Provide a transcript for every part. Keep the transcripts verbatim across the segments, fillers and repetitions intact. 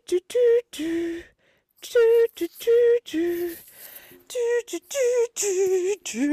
du, du, du. Du, du, du, du. Du, du, du, du,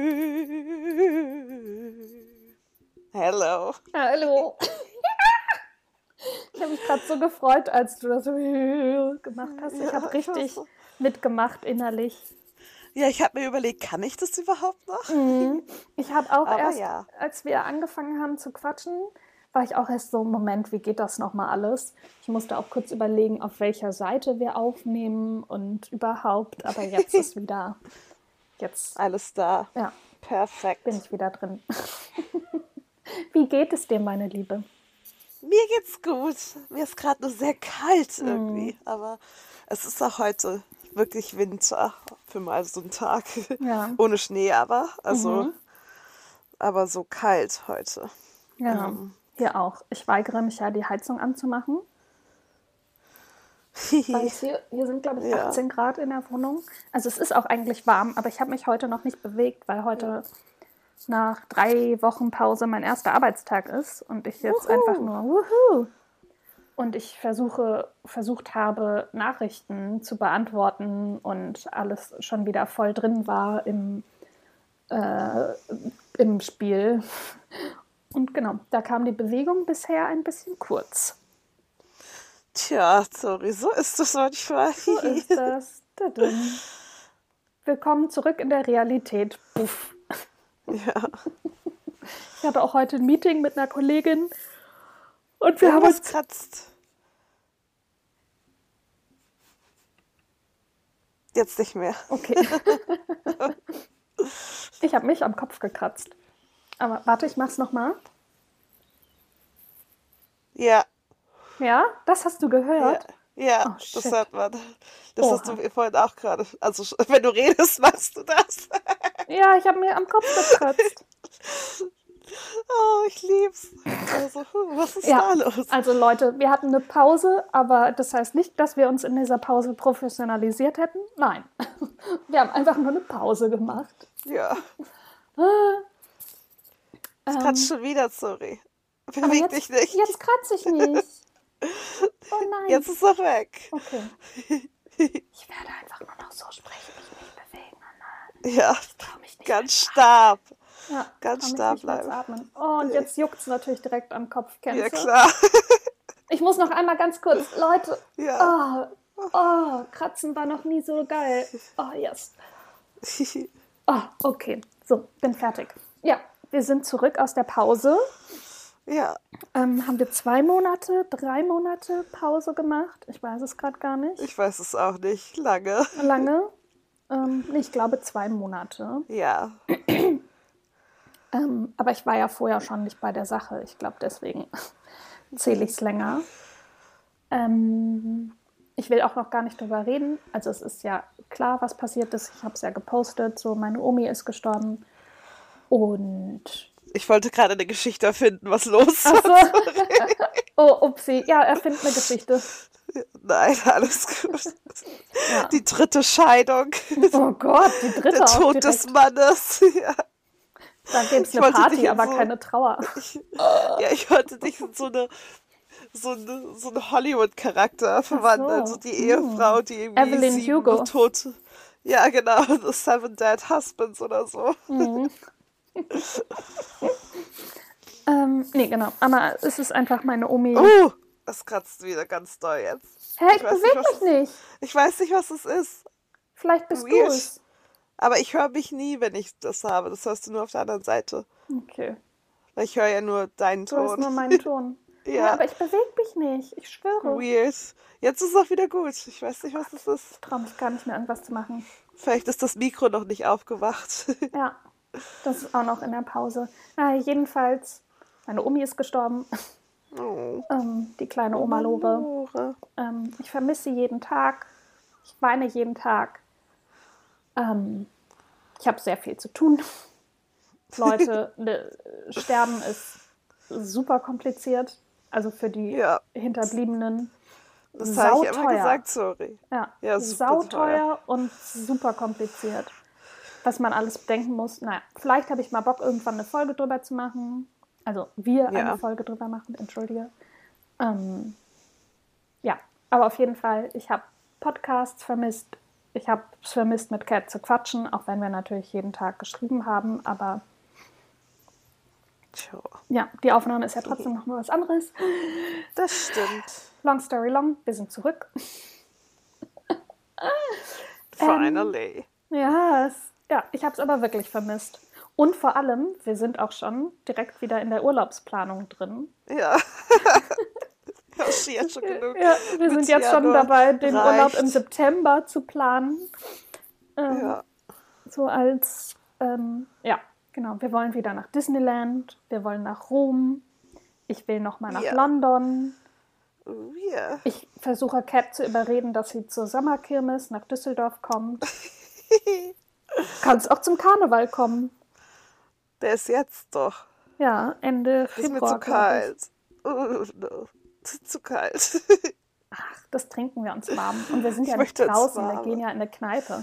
du. Hello. Hallo. Ich habe mich gerade so gefreut, als du das so gemacht hast. Ich Ja, habe ich richtig weiß. mitgemacht innerlich. Ja, ich habe mir überlegt, kann ich das überhaupt noch? Mhm. Ich habe auch Aber erst, ja. als wir angefangen haben zu quatschen, war ich auch erst so, Moment, wie geht das nochmal alles? Ich musste auch kurz überlegen, auf welcher Seite wir aufnehmen und überhaupt. Aber jetzt ist wieder, jetzt, Alles da. ja, Perfekt. bin ich wieder drin. Wie geht es dir, meine Liebe? Mir geht's gut. Mir ist gerade nur sehr kalt irgendwie. Aber es ist auch heute wirklich Winter für mal so einen Tag. Ja. Ohne Schnee aber. Also, Mhm. aber so kalt heute. Ja, Ähm. hier auch. Ich weigere mich ja, die Heizung anzumachen. Weil es hier, hier sind, glaube ich, Ja. achtzehn Grad in der Wohnung. Also es ist auch eigentlich warm, aber ich habe mich heute noch nicht bewegt, weil heute nach drei Wochen Pause mein erster Arbeitstag ist und ich jetzt Wuhu. einfach nur wuhu und ich versuche, versucht habe, Nachrichten zu beantworten und alles schon wieder voll drin war im, äh, im Spiel. Und genau, da kam die Bewegung bisher ein bisschen kurz. Tja, sorry, so ist das manchmal. So ist das. Tadam. Willkommen zurück in der Realität. Puff. Ja. Ich hatte auch heute ein Meeting mit einer Kollegin und wir haben Irgendwas uns... kratzt. Jetzt nicht mehr. Okay. Ich habe mich am Kopf gekratzt. Aber warte, ich mach's nochmal. Ja. Ja, das hast du gehört? Ja, ja Oh, das shit. hört man. Das Oha. hast du vorhin auch gerade. Also, wenn du redest, machst du das. Ja, ich habe mir am Kopf gekratzt. Oh, ich lieb's. Also, hm, was ist Ja, da los? also Leute, wir hatten eine Pause, aber das heißt nicht, dass wir uns in dieser Pause professionalisiert hätten. Nein, wir haben einfach nur eine Pause gemacht. Ja, es Ähm, kratzt schon wieder, sorry. aber Beweg jetzt, dich nicht. jetzt kratze ich nicht. Oh nein. Jetzt ist er weg. Okay. Ich werde einfach nur noch so sprechen, mich nicht bewegen. Oh nein. Ja, Ich trau mich nicht ganz mehr zu stark. Ja, Ganz trau mich stark nicht mehr zu bleiben. atmen. Oh, und jetzt juckt es natürlich direkt am Kopf. Kennst Ja, du? klar. Ich muss noch einmal ganz kurz, Leute. Ja. Oh, oh, Kratzen war noch nie so geil. Oh, yes. Oh, okay. So, bin fertig. Ja, wir sind zurück aus der Pause. Ja, Ähm, haben wir zwei Monate, drei Monate Pause gemacht? Ich weiß es gerade gar nicht. ich weiß es auch nicht. Lange. Lange? Ähm, nee, ich glaube zwei Monate. Ja. Ähm, aber ich war ja vorher schon nicht bei der Sache. Ich glaube, deswegen zähle ich es länger. Ähm, ich will auch noch gar nicht drüber reden. Also es ist ja klar, was passiert ist. Ich habe es ja gepostet. So, meine Omi ist gestorben. Und... Ich wollte gerade eine Geschichte erfinden, was los Ach so. war. Oh, upsie. Ja, erfind eine Geschichte. Nein, alles gut. Ja. Die dritte Scheidung. Oh Gott, die dritte Der auch Tod direkt. des Mannes. Ja. Da gäbe es Ich eine wollte Party, dich in aber so- keine Trauer. Ich, ja, ich wollte dich in so eine so eine, so einen Hollywood-Charakter verwandeln. So die Ehefrau, die irgendwie Evelyn sieben Hugo. tote. Ja, genau, The Seven Dead Husbands oder so. Ähm, nee, genau. Aber es ist einfach meine Omi. Uh, es kratzt wieder ganz doll jetzt. Hä, ich weiß nicht, bewege was mich nicht. Ich weiß nicht, was es ist. Vielleicht bist du Weird. es. Aber ich höre mich nie, wenn ich das habe. Das hörst du nur auf der anderen Seite. Okay. Weil ich höre ja nur deinen Du hörst Ton. nur meinen Ton. Ja. Ja, aber ich bewege mich nicht. Ich schwöre. Weird. Jetzt ist es auch wieder gut. Ich weiß nicht, was es ist. Ich traue mich gar nicht mehr, irgendwas zu machen. Vielleicht ist das Mikro noch nicht aufgewacht. Ja, das ist auch noch in der Pause. Na, jedenfalls, meine Omi ist gestorben. Oh. Ähm, die kleine Oma Lore. Lore. Ähm, ich vermisse sie jeden Tag. Ich weine jeden Tag. Ähm, ich habe sehr viel zu tun. Leute, ne, Sterben ist super kompliziert. Also für die Ja. Hinterbliebenen. Das habe ich immer Sauteuer. gesagt, sorry. Ja, Ja, super sauteuer und super kompliziert. Was man alles bedenken muss. Naja, vielleicht habe ich mal Bock, irgendwann eine Folge drüber zu machen. Also wir Ja. eine Folge drüber machen, entschuldige. Ähm, ja, aber auf jeden Fall, ich habe Podcasts vermisst. Ich habe es vermisst, mit Kat zu quatschen, auch wenn wir natürlich jeden Tag geschrieben haben. Aber Tja, ja, die Aufnahme ist ja trotzdem noch mal was anderes. das stimmt. Long story long, wir sind zurück. Finally. Ja, es, ja ich habe es aber wirklich vermisst. Und vor allem, wir sind auch schon direkt wieder in der Urlaubsplanung drin. Ja. Das ist jetzt schon genug. Ja, wir sind jetzt schon dabei, den reicht. Urlaub im September zu planen. Ähm, ja. So als, ähm, ja, genau. Wir wollen wieder nach Disneyland, wir wollen nach Rom, ich will nochmal nach ja. London. Oh, yeah. Ich versuche Kat zu überreden, dass sie zur Sommerkirmes nach Düsseldorf kommt. Kannst auch zum Karneval kommen. Der ist jetzt doch. Ja, Ende Februar. Ist mir zu kalt. Oh, no. Zu kalt. Ach, das trinken wir uns warm. Und wir sind ja nicht draußen, wir gehen ja in eine Kneipe.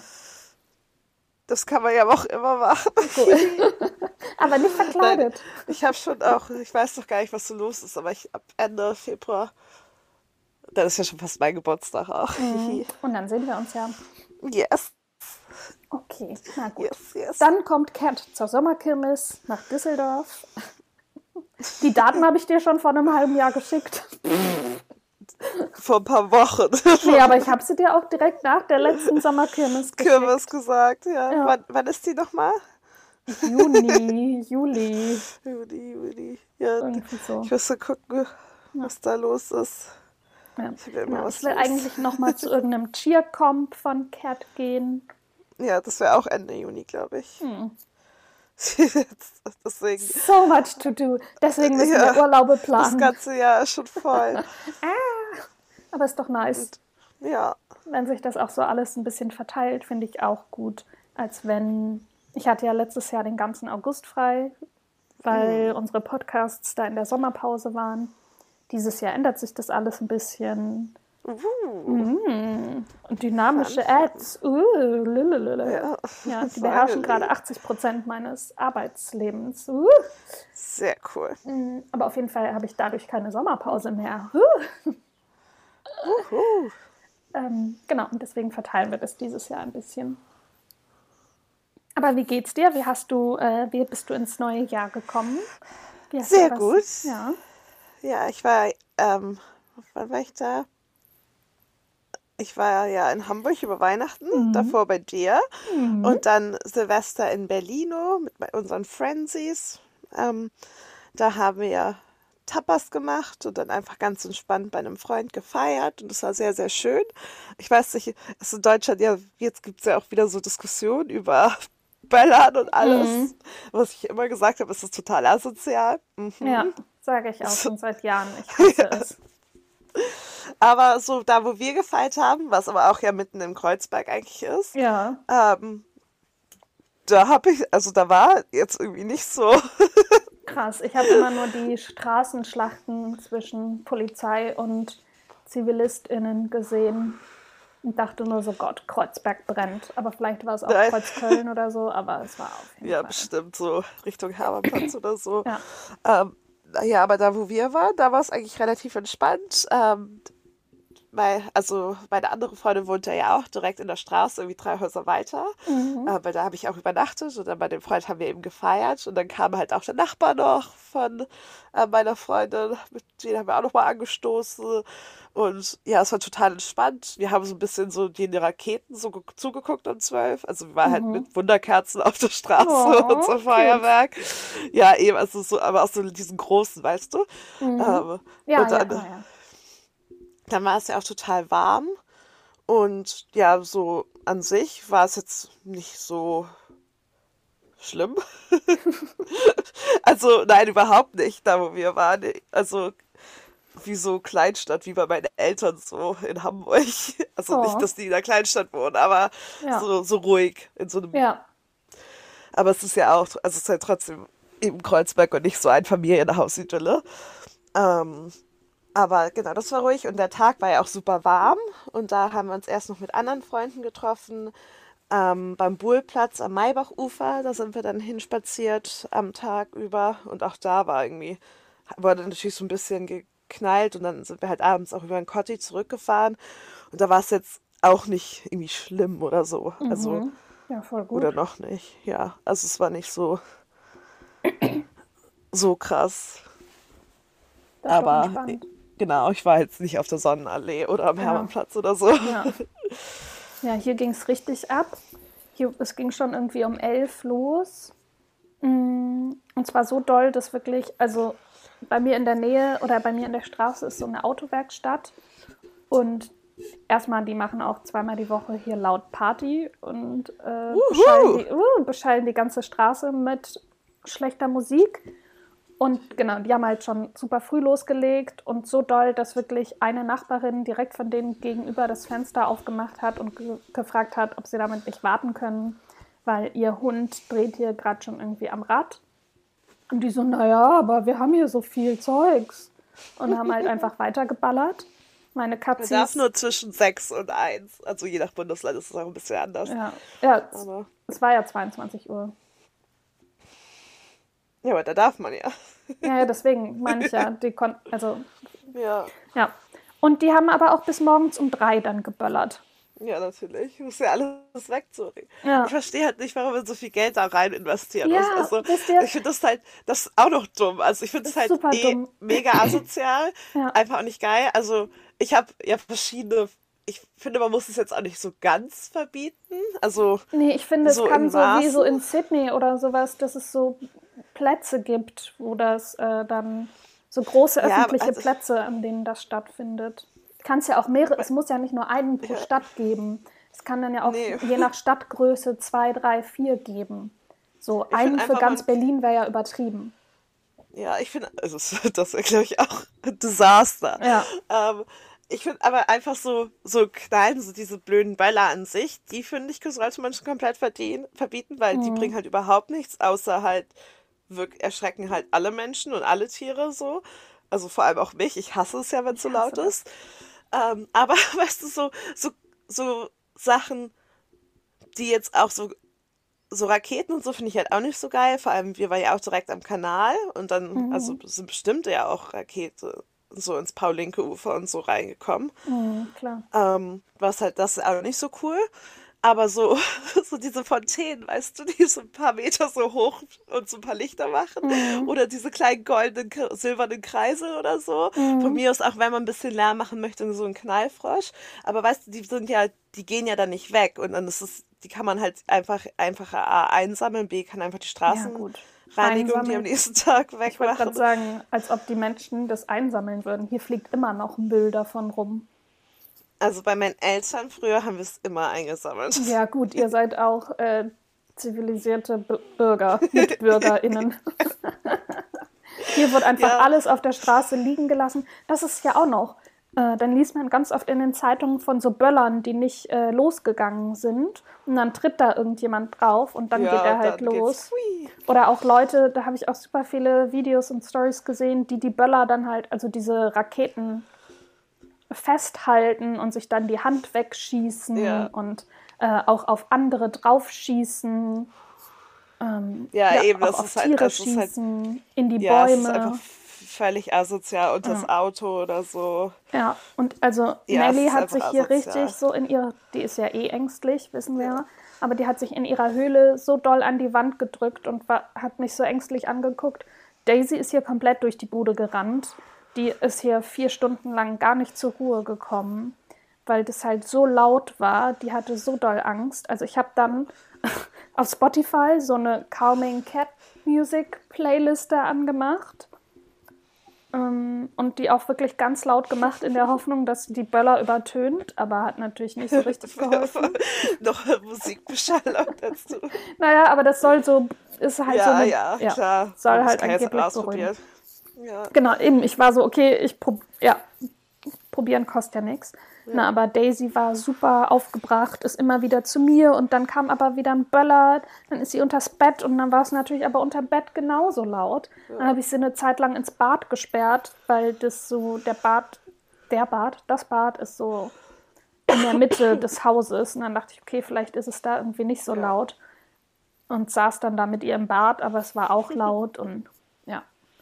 Das kann man ja auch immer machen. Cool. Aber nicht verkleidet. Nein, ich habe schon auch, ich weiß noch gar nicht, was so los ist, aber ich ab Ende Februar, dann ist ja schon fast mein Geburtstag auch. Mhm. Und dann sehen wir uns ja. Yes. Okay, na gut. Yes, yes. Dann kommt Kat zur Sommerkirmes nach Düsseldorf. Die Daten habe ich dir schon vor einem halben Jahr geschickt. Vor ein paar Wochen. Nee, aber ich habe sie dir auch direkt nach der letzten Sommerkirmes geschickt. Kirmes gesagt, ja. ja. Wann, wann ist die nochmal? Juni, Juli. Juni, Juli. Ja, irgendwie so. Ich müsste gucken, was ja. da los ist. Ja. Ich will, ja, was ich will los. eigentlich nochmal zu irgendeinem Cheer-Comp von Kat gehen. Ja, das wäre auch Ende Juni, glaube ich. Hm. Deswegen. So much to do. Deswegen müssen ja, wir Urlaube planen. Das ganze Jahr ist schon voll. ah, aber ist doch nice. Und, ja. Wenn sich das auch so alles ein bisschen verteilt, finde ich auch gut. Als wenn, ich hatte ja letztes Jahr den ganzen August frei, weil mhm. unsere Podcasts da in der Sommerpause waren. Dieses Jahr ändert sich das alles ein bisschen. Uh. Mm. Und dynamische Fun, Ads. Uh, ja, ja, die beherrschen gerade achtzig Prozent meines Arbeitslebens. Uh. Sehr cool. Mm, aber auf jeden Fall habe ich dadurch keine Sommerpause mehr. Uh. Uh-huh. ähm, genau, und deswegen verteilen wir das dieses Jahr ein bisschen. Aber wie geht's dir? Wie hast du, äh, wie bist du ins neue Jahr gekommen? Sehr gut. Ja. Ja, ich war, ähm, wann war ich da? Ich war ja in Hamburg über Weihnachten, mhm. davor bei dir mhm. und dann Silvester in Berlino mit unseren Friendsies. Ähm, da haben wir ja Tapas gemacht und dann einfach ganz entspannt bei einem Freund gefeiert und das war sehr, sehr schön. Ich weiß nicht, es ist in Deutschland ja, jetzt gibt es ja auch wieder so Diskussionen über Böllern und alles. Mhm. Was ich immer gesagt habe, ist das total asozial. Mhm. Ja, sage ich auch schon seit Jahren. Ich hasse ja. es. Aber so da, wo wir gefeiert haben, was aber auch ja mitten im Kreuzberg eigentlich ist, ja. ähm, da habe ich, also da war jetzt irgendwie nicht so. Krass, ich habe immer nur die Straßenschlachten zwischen Polizei und ZivilistInnen gesehen und dachte nur so, Gott, Kreuzberg brennt. Aber vielleicht war es auch Nein. Kreuzköln oder so, aber es war auf jeden ja, Fall. Ja, bestimmt so Richtung Hermannplatz oder so. Ja. Ähm, ja, aber da, wo wir waren, da war es eigentlich relativ entspannt. Ähm, weil, also meine andere Freundin wohnte ja auch direkt in der Straße, irgendwie drei Häuser weiter. Mhm. Äh, weil da habe ich auch übernachtet und dann bei dem Freund haben wir eben gefeiert. Und dann kam halt auch der Nachbar noch von äh, meiner Freundin, mit denen haben wir auch nochmal angestoßen. Und ja, es war total entspannt. Wir haben so ein bisschen so die Raketen so zugeguckt um zwölf. Also wir waren mhm. halt mit Wunderkerzen auf der Straße oh, und so Feuerwerk. Cute. Ja, eben, also so, aber auch so diesen großen, weißt du. Mhm. Ähm, ja, und dann, ja, ja. Dann war es ja auch total warm und ja, so an sich war es jetzt nicht so schlimm. Also nein, überhaupt nicht, da wo wir waren. Also wie so Kleinstadt, wie bei meinen Eltern so in Hamburg. Also oh. nicht, dass die in einer Kleinstadt wohnen, aber ja. so, so ruhig in so einem... Ja. Aber es ist ja auch, also es ist halt trotzdem eben Kreuzberg und nicht so ein Familienhaus-Idylle. Ähm... Aber genau, das war ruhig und der Tag war ja auch super warm und da haben wir uns erst noch mit anderen Freunden getroffen ähm, beim Buhlplatz am Maybachufer. Da sind wir dann hinspaziert am Tag über und auch da war irgendwie, wurde natürlich so ein bisschen ge- geknallt und dann sind wir halt abends auch über den Kotti zurückgefahren und da war es jetzt auch nicht irgendwie schlimm oder so. Also, Mhm. Ja, voll oder gut. noch nicht, ja. Also es war nicht so, so krass. Das ist doch Aber entspannt. genau, ich war jetzt nicht auf der Sonnenallee oder am Ja, Hermannplatz oder so. ja. Ja, hier ging es richtig ab. Hier, es ging schon irgendwie um elf los. Mm, Und zwar so doll, dass wirklich, also bei mir in der Nähe oder bei mir in der Straße ist so eine Autowerkstatt. Und erstmal, die machen auch zweimal die Woche hier laut Party und äh, beschallen, Wuhu! die, uh, beschallen die ganze Straße mit schlechter Musik. Und genau, die haben halt schon super früh losgelegt und so doll, dass wirklich eine Nachbarin direkt von denen gegenüber das Fenster aufgemacht hat und ge gefragt hat, ob sie damit nicht warten können, weil ihr Hund dreht hier gerade schon irgendwie am Rad. Und die so, naja, aber wir haben hier so viel Zeugs. Und haben halt einfach weitergeballert. Meine Man darf Katzis, nur zwischen sechs und eins. Also je nach Bundesland ist es auch ein bisschen anders. ja, ja, es, Aber, es war ja zweiundzwanzig Uhr. ja, aber da darf man ja. Ja, ja, deswegen meine ich ja, die konnten, also, Ja, ja. Und die haben aber auch bis morgens um drei dann geböllert. ja, natürlich. Muss ja alles wegzureden. Ich Ja, verstehe halt nicht, warum man so viel Geld da rein investieren muss. ja, Also, wisst ihr, ich finde das halt, das ist auch noch dumm. Also, ich finde es ist halt super eh dumm. mega asozial. Ja, Einfach auch nicht geil. Also, ich habe ja verschiedene, ich finde, man muss es jetzt auch nicht so ganz verbieten. Also, nee, ich finde, es so kann in so wie so Maßen. in Sydney oder sowas, dass es so Plätze gibt, wo das äh, dann so große Ja, öffentliche also, Plätze, an denen das stattfindet. Kann es ja auch mehrere, es muss ja nicht nur einen pro ja, Stadt geben. Es kann dann ja auch nee. je nach Stadtgröße zwei, drei, vier geben. So Ich finde einen für einfach, ganz man, Berlin wäre ja übertrieben. ja, ich finde, also, das wäre, glaube ich, auch ein Desaster. Ja, Ähm, ich finde aber einfach so, so Knallen, so diese blöden Böller an sich, die finde ich, sollte man schon komplett verdienen, verbieten, weil die bringen mhm. halt überhaupt nichts, außer halt, wirk erschrecken halt alle Menschen und alle Tiere so. Also vor allem auch mich. Ich hasse es ja, wenn es so Ich hasse laut das. ist. Ähm, aber weißt du, so, so, so Sachen, die jetzt auch so so Raketen und so finde ich halt auch nicht so geil. Vor allem, wir waren ja auch direkt am Kanal und dann, also Mhm. sind bestimmt ja auch Rakete so ins Paul-Lincke-Ufer und so reingekommen. Mhm, klar. Ähm, was halt das ist auch nicht so cool. Aber so, so diese Fontänen, weißt du, die so ein paar Meter so hoch und so ein paar Lichter machen. Mhm. Oder diese kleinen goldenen, k- silbernen Kreise oder so. Von Mhm. mir aus auch, wenn man ein bisschen Lärm machen möchte, so ein Knallfrosch. Aber weißt du, die sind ja, die gehen ja dann nicht weg. Und dann ist es, die kann man halt einfach, einfacher A einsammeln, B kann einfach die Ja, gut. Straßenreinigung, die am Einsammeln. nächsten Tag Ich wollte gerade wegmachen. sagen, als ob die Menschen das einsammeln würden. Hier fliegt immer noch Müll davon rum. Also bei meinen Eltern früher haben wir es immer eingesammelt. Ja, gut, ihr seid auch äh, zivilisierte B Bürger, MitbürgerInnen. Hier wird einfach Ja, alles auf der Straße liegen gelassen. Das ist ja auch noch. Äh, dann liest man ganz oft in den Zeitungen von so Böllern, die nicht äh, losgegangen sind. Und dann tritt da irgendjemand drauf und dann geht ja, er und halt dann geht's, los. hui. Oder auch Leute, da habe ich auch super viele Videos und Stories gesehen, die die Böller dann halt, also diese Raketen festhalten und sich dann die Hand wegschießen Ja, und äh, auch auf andere draufschießen, ähm, ja, ja, eben, auch das auf ist halt, Tiere das ist halt, schießen, in die ja, es ist einfach Bäume. völlig asozial und das Ja. Auto oder so. Ja, und also Ja, es Nelly ist hat einfach sich hier richtig asozial. so in ihrer, die ist ja eh ängstlich, wissen wir Ja, ja, aber die hat sich in ihrer Höhle so doll an die Wand gedrückt und war, hat mich so ängstlich angeguckt. Daisy ist hier komplett durch die Bude gerannt. Die ist hier vier Stunden lang gar nicht zur Ruhe gekommen, weil das halt so laut war. Die hatte so doll Angst. Also ich habe dann auf Spotify so eine Calming Cat Music Playliste angemacht. Ähm, und die auch wirklich ganz laut gemacht in der Hoffnung, dass die Böller übertönt, aber hat natürlich nicht so richtig geholfen. noch Musikbeschallung dazu. Naja, aber das soll so, ist halt so Ja, eine, ja, ja, klar. soll Man muss halt kann jetzt angeblich beruhigen. ausprobiert. Ja, Genau, eben, ich war so, okay, ich prob ja, probieren kostet ja nichts. ja, Na, aber Daisy war super aufgebracht, ist immer wieder zu mir und dann kam aber wieder ein Böller, dann ist sie unters Bett und dann war es natürlich aber unterm Bett genauso laut. Dann ja, habe ich sie eine Zeit lang ins Bad gesperrt, weil das so, der Bad, der Bad, das Bad ist so in der Mitte des Hauses und dann dachte ich, okay, vielleicht ist es da irgendwie nicht so ja. laut und saß dann da mit ihr im Bad, aber es war auch laut und ja.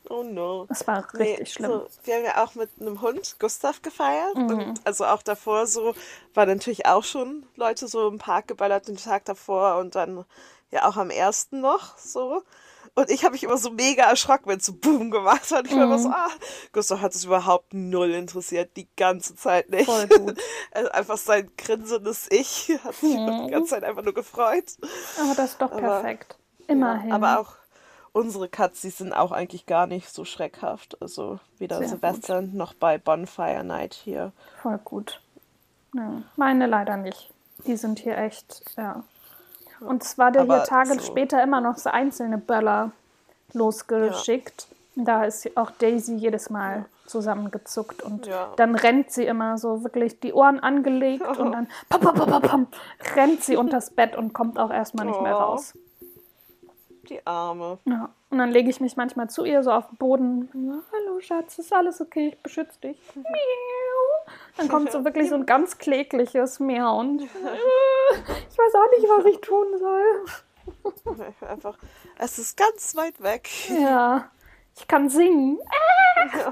Oh no. Es war Nee, richtig schlimm. so, wir haben ja auch mit einem Hund, Gustav, gefeiert. Mhm. Und also auch davor so, waren natürlich auch schon Leute so im Park geballert den Tag davor und dann ja auch am ersten noch so. Und ich habe mich immer so mega erschrocken, wenn es so Boom gemacht hat. Ich war immer so, ah, Gustav hat es überhaupt null interessiert, die ganze Zeit nicht. Voll gut. Also einfach sein grinsendes Ich hat sich die ganze Zeit einfach nur gefreut. Aber das ist doch Aber, perfekt. Immerhin. Ja, aber auch unsere Katzis sind auch eigentlich gar nicht so schreckhaft. Also weder Sehr Silvester gut. noch bei Bonfire Night hier. Voll gut. Ja, meine leider nicht. Die sind hier echt, ja. Und zwar der Aber hier Tage so- später immer noch so einzelne Böller losgeschickt. Da ist auch Daisy jedes Mal zusammengezuckt und Ja. dann rennt sie immer so wirklich die Ohren angelegt und dann pam, pam, pam, pam, pam, rennt sie unters Bett und kommt auch erstmal nicht mehr Oh. raus. Die Arme. Ja. Und dann lege ich mich manchmal zu ihr so auf den Boden. Ja, hallo Schatz, ist alles okay? Ich beschütze dich. Miau. Dann kommt so wirklich so ein ganz klägliches Miauen. Ich weiß auch nicht, was ich tun soll. Einfach, es ist ganz weit weg. Ja, ich kann singen. Ja,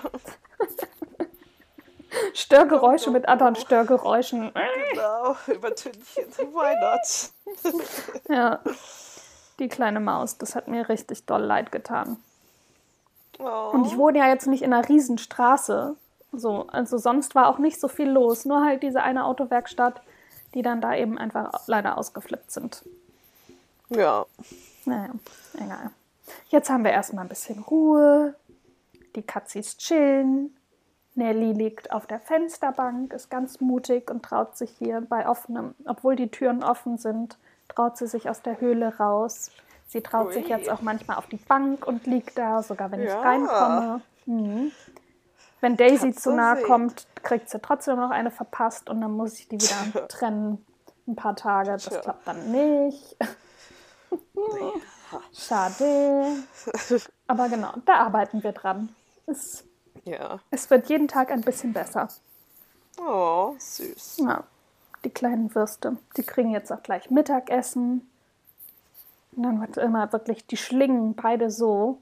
Störgeräusche mit anderen Störgeräuschen. genau, Übertönchen. Why not? Ja, die kleine Maus, das hat mir richtig doll leid getan. Oh. Und ich wohne ja jetzt nicht in einer Riesenstraße. So, also sonst war auch nicht so viel los. Nur halt diese eine Autowerkstatt, die dann da eben einfach leider ausgeflippt sind. Ja. Naja, egal. Jetzt haben wir erstmal ein bisschen Ruhe. Die Katzis chillen. Nelly liegt auf der Fensterbank, ist ganz mutig und traut sich hier bei offenem, obwohl die Türen offen sind, traut sie sich aus der Höhle raus. Sie traut Ui. sich jetzt auch manchmal auf die Bank und liegt da, sogar wenn ich Ja. reinkomme. Mhm. Wenn Daisy Kannst zu du nahe sehen. kommt, kriegt sie trotzdem noch eine verpasst und dann muss ich die wieder trennen. Ein paar Tage, das Tja. klappt dann nicht. Schade. Aber genau, da arbeiten wir dran. Es, Ja. es wird jeden Tag ein bisschen besser. Oh, süß. Ja, die kleinen Würste, die kriegen jetzt auch gleich Mittagessen. Und dann wird immer wirklich die Schlingen beide so.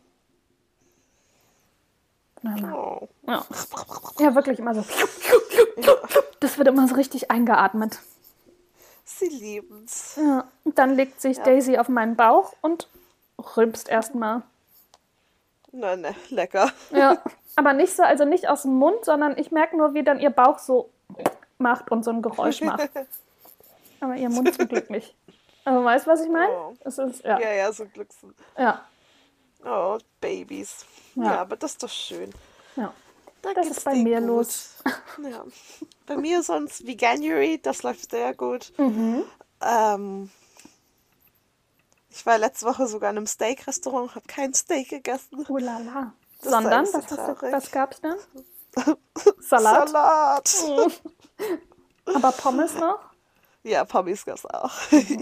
Na, na. Oh. Ja. ja, wirklich immer so. Das wird immer so richtig eingeatmet. Sie lieben's. Ja. Und dann legt sich Ja. Daisy auf meinen Bauch und rülpst erstmal. Na, ne, lecker. Ja, aber nicht so, also nicht aus dem Mund, sondern ich merke nur, wie dann ihr Bauch so macht und so ein Geräusch macht. Aber ihr Mund zum Glück nicht. Also weißt du, was ich meine? Oh. Es ist, ja. Ja, ja, so Glücksen. Ja, Oh, Babys. Ja. Ja, aber das ist doch schön. ja. Da Das geht's ist bei dir mir gut. los. Ja. Bei mir sonst Veganuary, das läuft sehr gut. Mhm. Ähm, ich war letzte Woche sogar in einem Steak-Restaurant, habe kein Steak gegessen. Oh la la. Das ist Sondern, ein bisschen was, hast du, traurig. was gab's denn? Salat? Salat. Aber Pommes noch? Ja, Pommes gab's auch.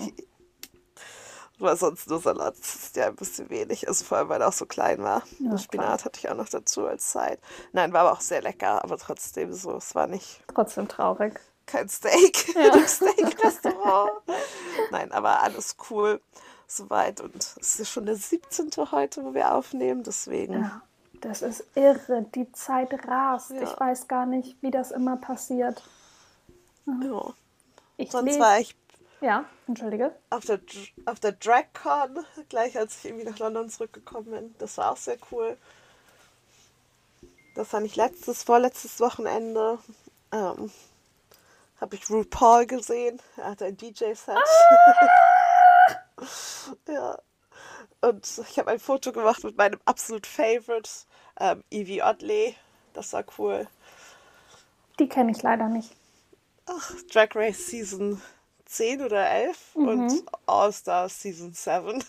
Weil sonst nur Salat, das ist ja ein bisschen wenig. Also vor allem, weil er auch so klein war. Ja, Und Spinat hatte ich auch noch dazu als Side. Nein, war aber auch sehr lecker, aber trotzdem so, es war nicht Trotzdem traurig. kein Steak in einem Steak-Restaurant. Nein, aber alles cool soweit. Und es ist schon der siebzehnte heute, wo wir aufnehmen, deswegen. Ja, das ist irre. Die Zeit rast. Ja. Ich weiß gar nicht, wie das immer passiert. Ja. Ich Sonst lese- war ich Ja, entschuldige. auf der, Dr- auf der DragCon, gleich als ich irgendwie nach London zurückgekommen bin. Das war auch sehr cool. Das fand ich letztes, vorletztes Wochenende. Ähm, habe ich RuPaul gesehen. Er hatte ein D J-Set. Ja. Und ich habe ein Foto gemacht mit meinem absolut Favorite, ähm, Evie Oddly. Das war cool. Die kenne ich leider nicht. Ach, Drag Race Season zehn oder elf und All Stars Season sieben.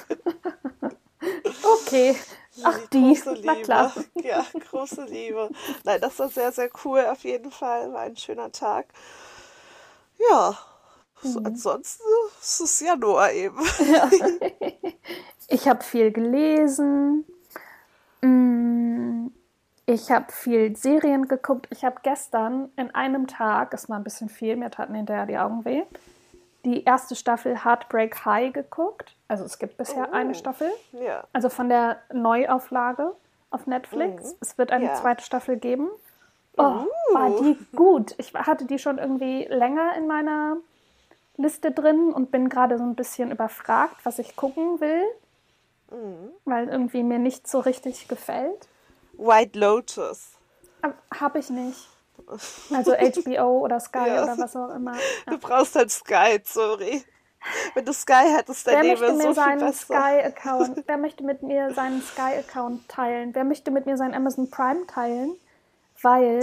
Okay. Ach, die. Große Na Liebe. klar. Ja, große Liebe. Nein, das war sehr, sehr cool auf jeden Fall. War ein schöner Tag. Ja, so, ansonsten ist es Januar eben. Ich habe viel gelesen. Mm, Ich habe viel Serien geguckt. Ich habe gestern in einem Tag, es war ein bisschen viel, mir taten hinterher die Augen weh, die erste Staffel Heartbreak High geguckt. Also es gibt bisher Oh. eine Staffel. Ja. Also von der Neuauflage. auf Netflix. Mhm. Es wird eine Ja. zweite Staffel geben. Oh, Uh. war die gut. Ich hatte die schon irgendwie länger in meiner Liste drin und bin gerade so ein bisschen überfragt, was ich gucken will, Mhm. weil irgendwie mir nicht so richtig gefällt. White Lotus. Habe ich nicht. Also H B O oder Sky Ja. oder was auch immer. Ja. Du brauchst halt Sky, sorry. Wenn du Sky hättest, dein Wer Leben möchte wäre mir so viel seinen besser. Sky-Account, wer möchte mit mir seinen Sky-Account teilen? Wer möchte mit mir seinen Amazon Prime teilen? Weil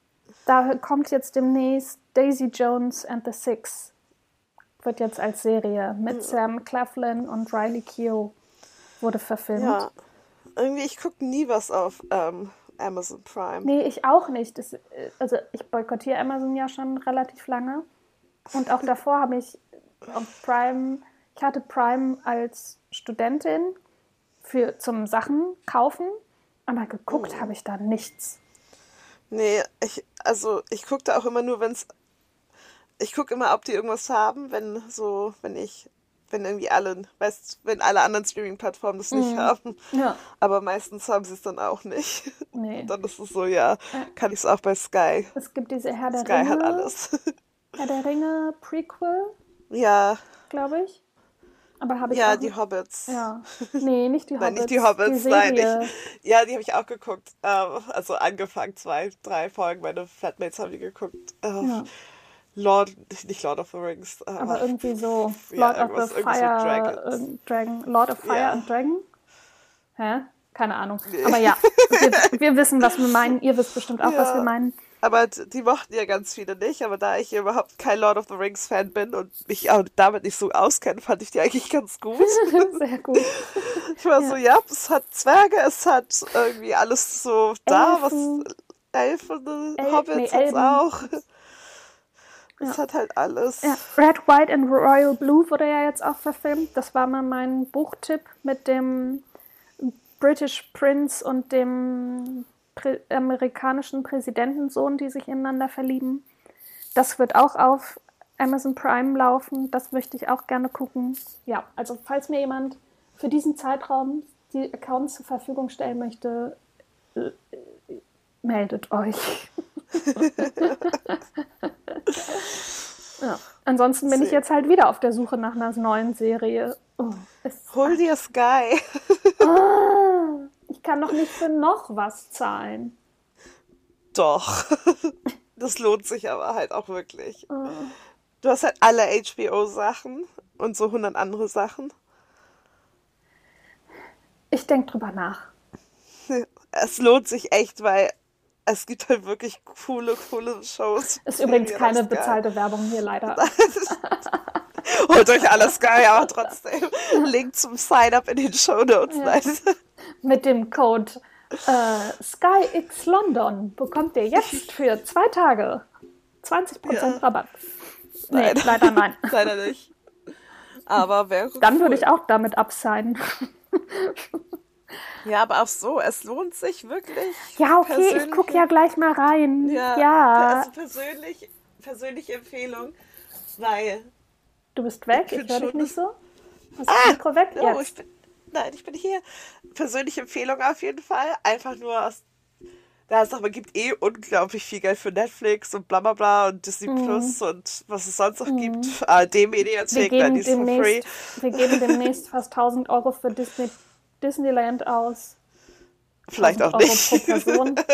da kommt jetzt demnächst Daisy Jones and the Six. Wird jetzt als Serie mit Ja. Sam Claflin und Riley Keough wurde verfilmt. Ja, irgendwie, ich gucke nie was auf ähm, Amazon Prime. Nee, ich auch nicht. Das, also ich boykottiere Amazon ja schon relativ lange. Und auch davor habe ich auf Prime, ich hatte Prime als Studentin für, zum Sachen kaufen, aber geguckt Mhm. habe ich da nichts. Nee, ich, also ich gucke da auch immer nur, wenn es, ich gucke immer, ob die irgendwas haben, wenn so, wenn ich, wenn irgendwie alle, weißt, wenn alle anderen Streaming-Plattformen das nicht Mhm. haben. Ja, Aber meistens haben sie es dann auch nicht. nee. Und dann ist es so, ja, Ja. kann ich es auch bei Sky. Es gibt diese Herr der Sky Ringe, hat alles. Herr der Ringe Prequel, Ja, glaube ich. Aber habe ich ja, auch die Hobbits. Ja, nee, nicht die Nein, Hobbits. nicht die Hobbits, die nein. Serie. Ich, ja, die habe ich auch geguckt. Ähm, also angefangen, zwei, drei Folgen. Meine Flatmates haben die geguckt. Äh, Ja. Lord, nicht Lord of the Rings. Äh, Aber irgendwie so ja, Lord of irgendwas, the irgendwas mit Fire, Dragons. äh, Dragon, Lord of Fire Ja. and Dragon? Hä? Keine Ahnung. Nee. Aber ja, wir, wir wissen, was wir meinen. Ihr wisst bestimmt auch, was Ja. wir meinen. Aber d- die mochten ja ganz viele nicht. Aber da ich überhaupt kein Lord of the Rings Fan bin und mich auch damit nicht so auskenne, fand ich die eigentlich ganz gut. Sehr gut. Ich war Ja. so, ja, es hat Zwerge, es hat irgendwie alles so da, Elfen. was Elfen, El- Hobbits nee, hat's Elben. auch. Ja. Es hat halt alles. Ja, Red, White and Royal Blue wurde ja jetzt auch verfilmt. Das war mal mein Buchtipp mit dem British Prince und dem Prä- amerikanischen Präsidentensohn, die sich ineinander verlieben. Das wird auch auf Amazon Prime laufen. Das möchte ich auch gerne gucken. Ja, also falls mir jemand für diesen Zeitraum die Accounts zur Verfügung stellen möchte, äh, meldet euch. Ja. Ansonsten bin ich Sehr jetzt halt wieder auf der Suche nach einer neuen Serie. Oh, es, Hol dir Sky. ah, ich kann doch nicht für noch was zahlen. Doch. Das lohnt sich aber halt auch wirklich. Oh. Du hast halt alle H B O-Sachen und so hundert andere Sachen. Ich denke drüber nach. Es lohnt sich echt, weil es gibt halt wirklich coole, coole Shows. Ist übrigens Serien keine auf Sky. bezahlte Werbung hier leider. Holt euch alle Sky, aber trotzdem. Link zum Sign-up in den Shownotes. Ja. Nein. Mit dem Code äh, SkyX London bekommt ihr jetzt für zwei Tage zwanzig Prozent Ja. Rabatt. Nee, Nein. leider nein. Leider nicht. Aber wäre Dann cool. würde ich auch damit absignen. Ja, aber auch so, es lohnt sich wirklich. Ja, okay, ich Persönliche- gucke ja gleich mal rein. Ja, Ja. also persönlich, persönliche Empfehlung, weil. Du bist weg, Ich ich find höre dich schon, nicht so. Hast Ah! das Mikro weg? Oh, Jetzt. ich bin, nein, ich bin hier. Persönliche Empfehlung auf jeden Fall. Einfach nur aus. Da es aber gibt eh unglaublich viel Geld für Netflix und bla bla bla und Disney Mhm. Plus und was es sonst noch gibt. A R D-Mediathek, Wir nein, geben, die ist for free. demnächst, wir geben demnächst fast tausend Euro für Disney, Disneyland aus. Vielleicht auch tausend Euro nicht. pro Person.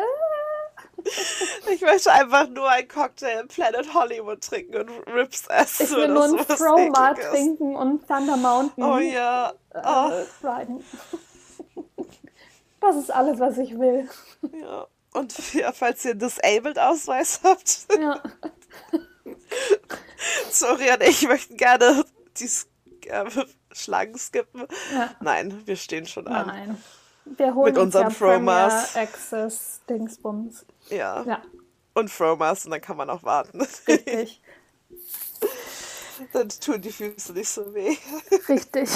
Ich möchte einfach nur einen Cocktail im Planet Hollywood trinken und Rips essen. Ich will oder nur einen sowas Froma Ekliges. trinken und Thunder Mountain Oh ja. äh, Oh, riden. Das ist alles, was ich will. ja. Und ja, falls ihr einen Disabled-Ausweis habt, Ja. sorry, und ich möchten gerne die S- äh, Schlangen skippen. Ja. Nein, wir stehen schon an. Nein. Wir holen Mit uns unserem ja Premier Fromas. Access Dingsbums. Ja. Ja, Und Fromas und dann kann man auch warten. richtig. Dann tun die Füße nicht so weh. Richtig.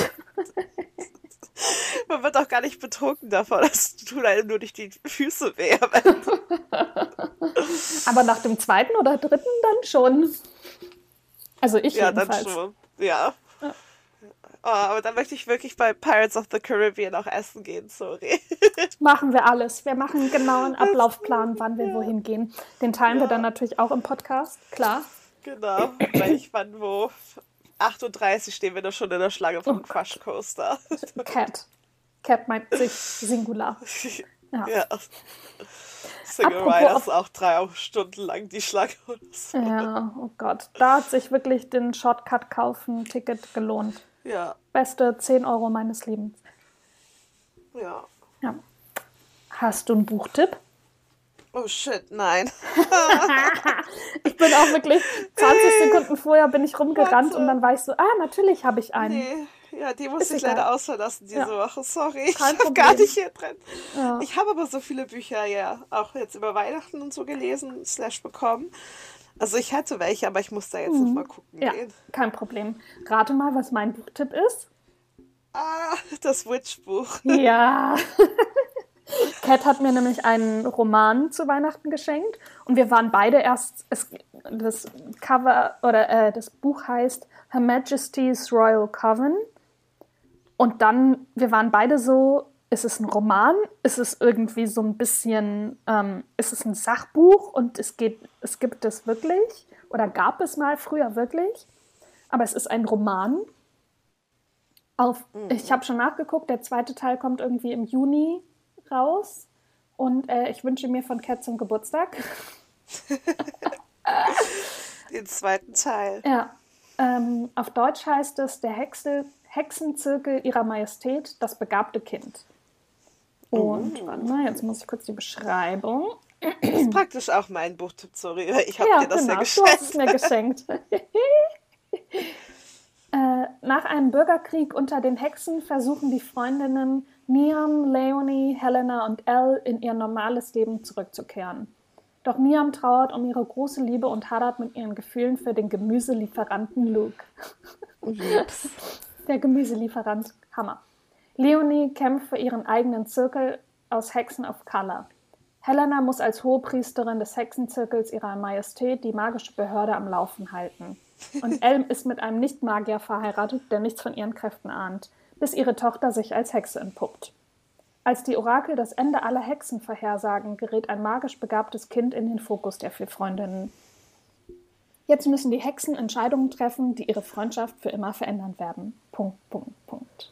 Man wird auch gar nicht betrunken davon. Es tun einem nur nicht die Füße weh am Ende. Aber nach dem zweiten oder dritten dann schon. Also ich Ja, dann jedenfalls. schon. Ja. Oh, aber dann möchte ich wirklich bei Pirates of the Caribbean auch essen gehen, sorry. Machen wir alles. Wir machen genau einen Ablaufplan, wann wir ja. wohin gehen. Den teilen ja. wir dann natürlich auch im Podcast, klar. Genau, weil ich wann wo acht Uhr dreißig stehen wir da schon in der Schlange vom oh Crush Coaster. Cat. Cat meint sich Singular. Ja. ja. Single Rider ist auch drei Stunden lang die Schlange oder so. Ja, oh Gott. Da hat sich wirklich den Shortcut kaufen, Ticket gelohnt. Ja. Beste zehn Euro meines Lebens. Ja. ja. Hast du einen Buchtipp? Oh shit, nein. Ich bin auch wirklich zwanzig Sekunden vorher bin ich rumgerannt Warte. und dann war ich so, ah, natürlich habe ich einen. Nee. Ja, die muss ich egal. leider ausverlassen diese ja. Woche. Sorry, ich habe gar nicht hier drin. Ja. Ich habe aber so viele Bücher ja auch jetzt über Weihnachten und so gelesen, slash bekommen. Also ich hatte welche, aber ich muss da jetzt mhm. noch mal gucken ja, gehen. Kein Problem. Rate mal, was mein Buchtipp ist. Ah, das Witch-Buch. Ja. Cat hat mir nämlich einen Roman zu Weihnachten geschenkt und wir waren beide erst, es, das Cover oder äh, das Buch heißt Her Majesty's Royal Coven und dann, wir waren beide so, ist es ein Roman, ist es irgendwie so ein bisschen, ähm, ist es ein Sachbuch und es geht, es gibt es wirklich oder gab es mal früher wirklich, aber es ist ein Roman. Auf, mhm. Ich habe schon nachgeguckt, der zweite Teil kommt irgendwie im Juni raus und äh, ich wünsche mir von Cat zum Geburtstag den zweiten Teil. Ja, ähm, auf Deutsch heißt es der Hexe, Hexenzirkel ihrer Majestät, das begabte Kind. Und uh. warte mal, jetzt muss ich kurz die Beschreibung. Das ist praktisch auch mein Buchtipp, sorry, ich habe ja, dir das genau, ja geschenkt. Du hast es mir geschenkt. äh, nach einem Bürgerkrieg unter den Hexen versuchen die Freundinnen Niam, Leonie, Helena und Elle in ihr normales Leben zurückzukehren. Doch Niam trauert um ihre große Liebe und hadert mit ihren Gefühlen für den Gemüselieferanten Luke. Ups. Der Gemüselieferant, Hammer. Leonie kämpft für ihren eigenen Zirkel aus Hexen of Color. Helena muss als Hohepriesterin des Hexenzirkels ihrer Majestät die magische Behörde am Laufen halten. Und Elle ist mit einem Nicht-Magier verheiratet, der nichts von ihren Kräften ahnt, bis ihre Tochter sich als Hexe entpuppt. Als die Orakel das Ende aller Hexen vorhersagen, gerät ein magisch begabtes Kind in den Fokus der vier Freundinnen. Jetzt müssen die Hexen Entscheidungen treffen, die ihre Freundschaft für immer verändern werden. Punkt, Punkt, Punkt.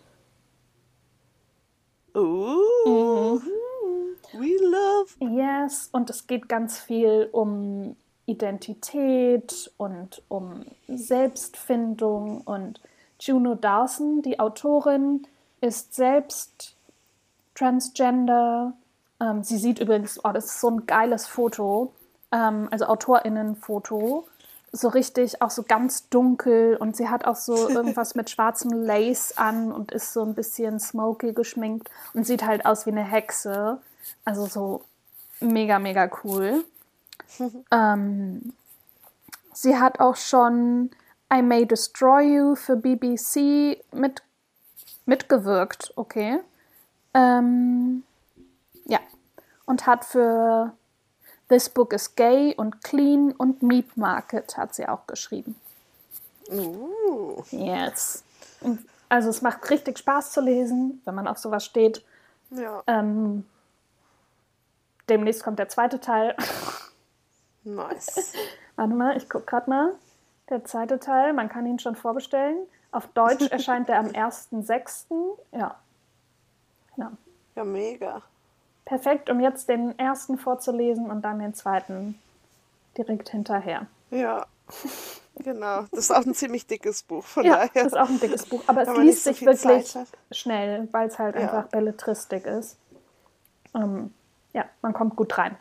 Oh, mhm. We love. Yes, und es geht ganz viel um Identität und um Selbstfindung und Juno Dawson, die Autorin, ist selbst transgender. Ähm, sie sieht übrigens, oh, das ist so ein geiles Foto, ähm, also AutorInnen-Foto, so richtig, auch so ganz dunkel und sie hat auch so irgendwas mit schwarzem Lace an und ist so ein bisschen smoky geschminkt und sieht halt aus wie eine Hexe. Also so mega, mega cool. ähm, sie hat auch schon I May Destroy You für B B C mit, mitgewirkt, okay. Ähm, ja, und hat für This Book is Gay und Clean und Meat Market hat sie auch geschrieben. Uh. Yes. Und also es macht richtig Spaß zu lesen, wenn man auf sowas steht. Ja. Ähm, demnächst kommt der zweite Teil. Nice. Warte mal, ich gucke gerade mal. Der zweite Teil, man kann ihn schon vorbestellen. Auf Deutsch erscheint er am ersten sechsten Ja. Ja. Ja, mega. Perfekt, um jetzt den ersten vorzulesen und dann den zweiten direkt hinterher. Ja, genau. Das ist auch ein ziemlich dickes Buch, von ja, daher. das ist auch ein dickes Buch, aber es liest sich so wirklich schnell, weil es halt ja. einfach Belletristik ist. Ähm, ja, man kommt gut rein.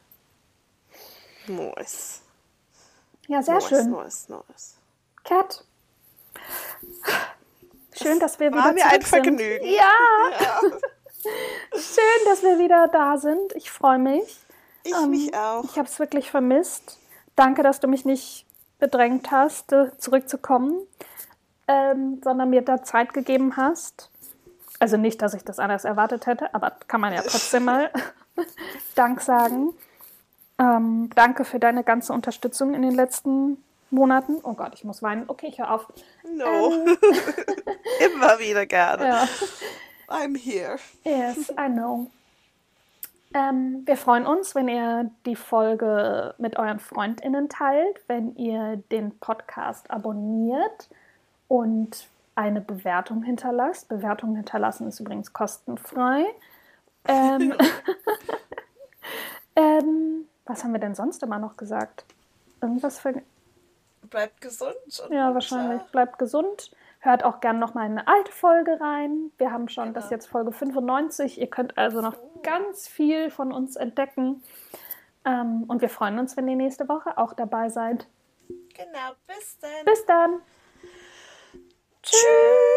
Nice. Ja, sehr nice, schön. Nice, nice. Cat. Schön, dass wir War wieder mir zurück ein Vergnügen. sind. Ja. ja. Schön, dass wir wieder da sind. Ich freue mich. Ich ähm, mich auch. Ich habe es wirklich vermisst. Danke, dass du mich nicht bedrängt hast, zurückzukommen, ähm, sondern mir da Zeit gegeben hast. Also nicht, dass ich das anders erwartet hätte, aber kann man ja trotzdem mal Dank sagen. Ähm, danke für deine ganze Unterstützung in den letzten Monaten. Oh Gott, ich muss weinen. Okay, ich höre auf. No. Ähm, Immer wieder gerne. ja. I'm here. Yes, I know. Ähm, wir freuen uns, wenn ihr die Folge mit euren FreundInnen teilt, wenn ihr den Podcast abonniert und eine Bewertung hinterlasst. Bewertung hinterlassen ist übrigens kostenfrei. Ähm, ähm, was haben wir denn sonst immer noch gesagt? Irgendwas für... Bleibt gesund. Und ja, wahrscheinlich. Bleibt gesund. Hört auch gerne noch mal in eine alte Folge rein. Wir haben schon, genau. Das ist jetzt Folge fünfundneunzig. Ihr könnt also noch ganz viel von uns entdecken. Ähm, und wir freuen uns, wenn ihr nächste Woche auch dabei seid. Genau, bis dann. Bis dann. Tschüss.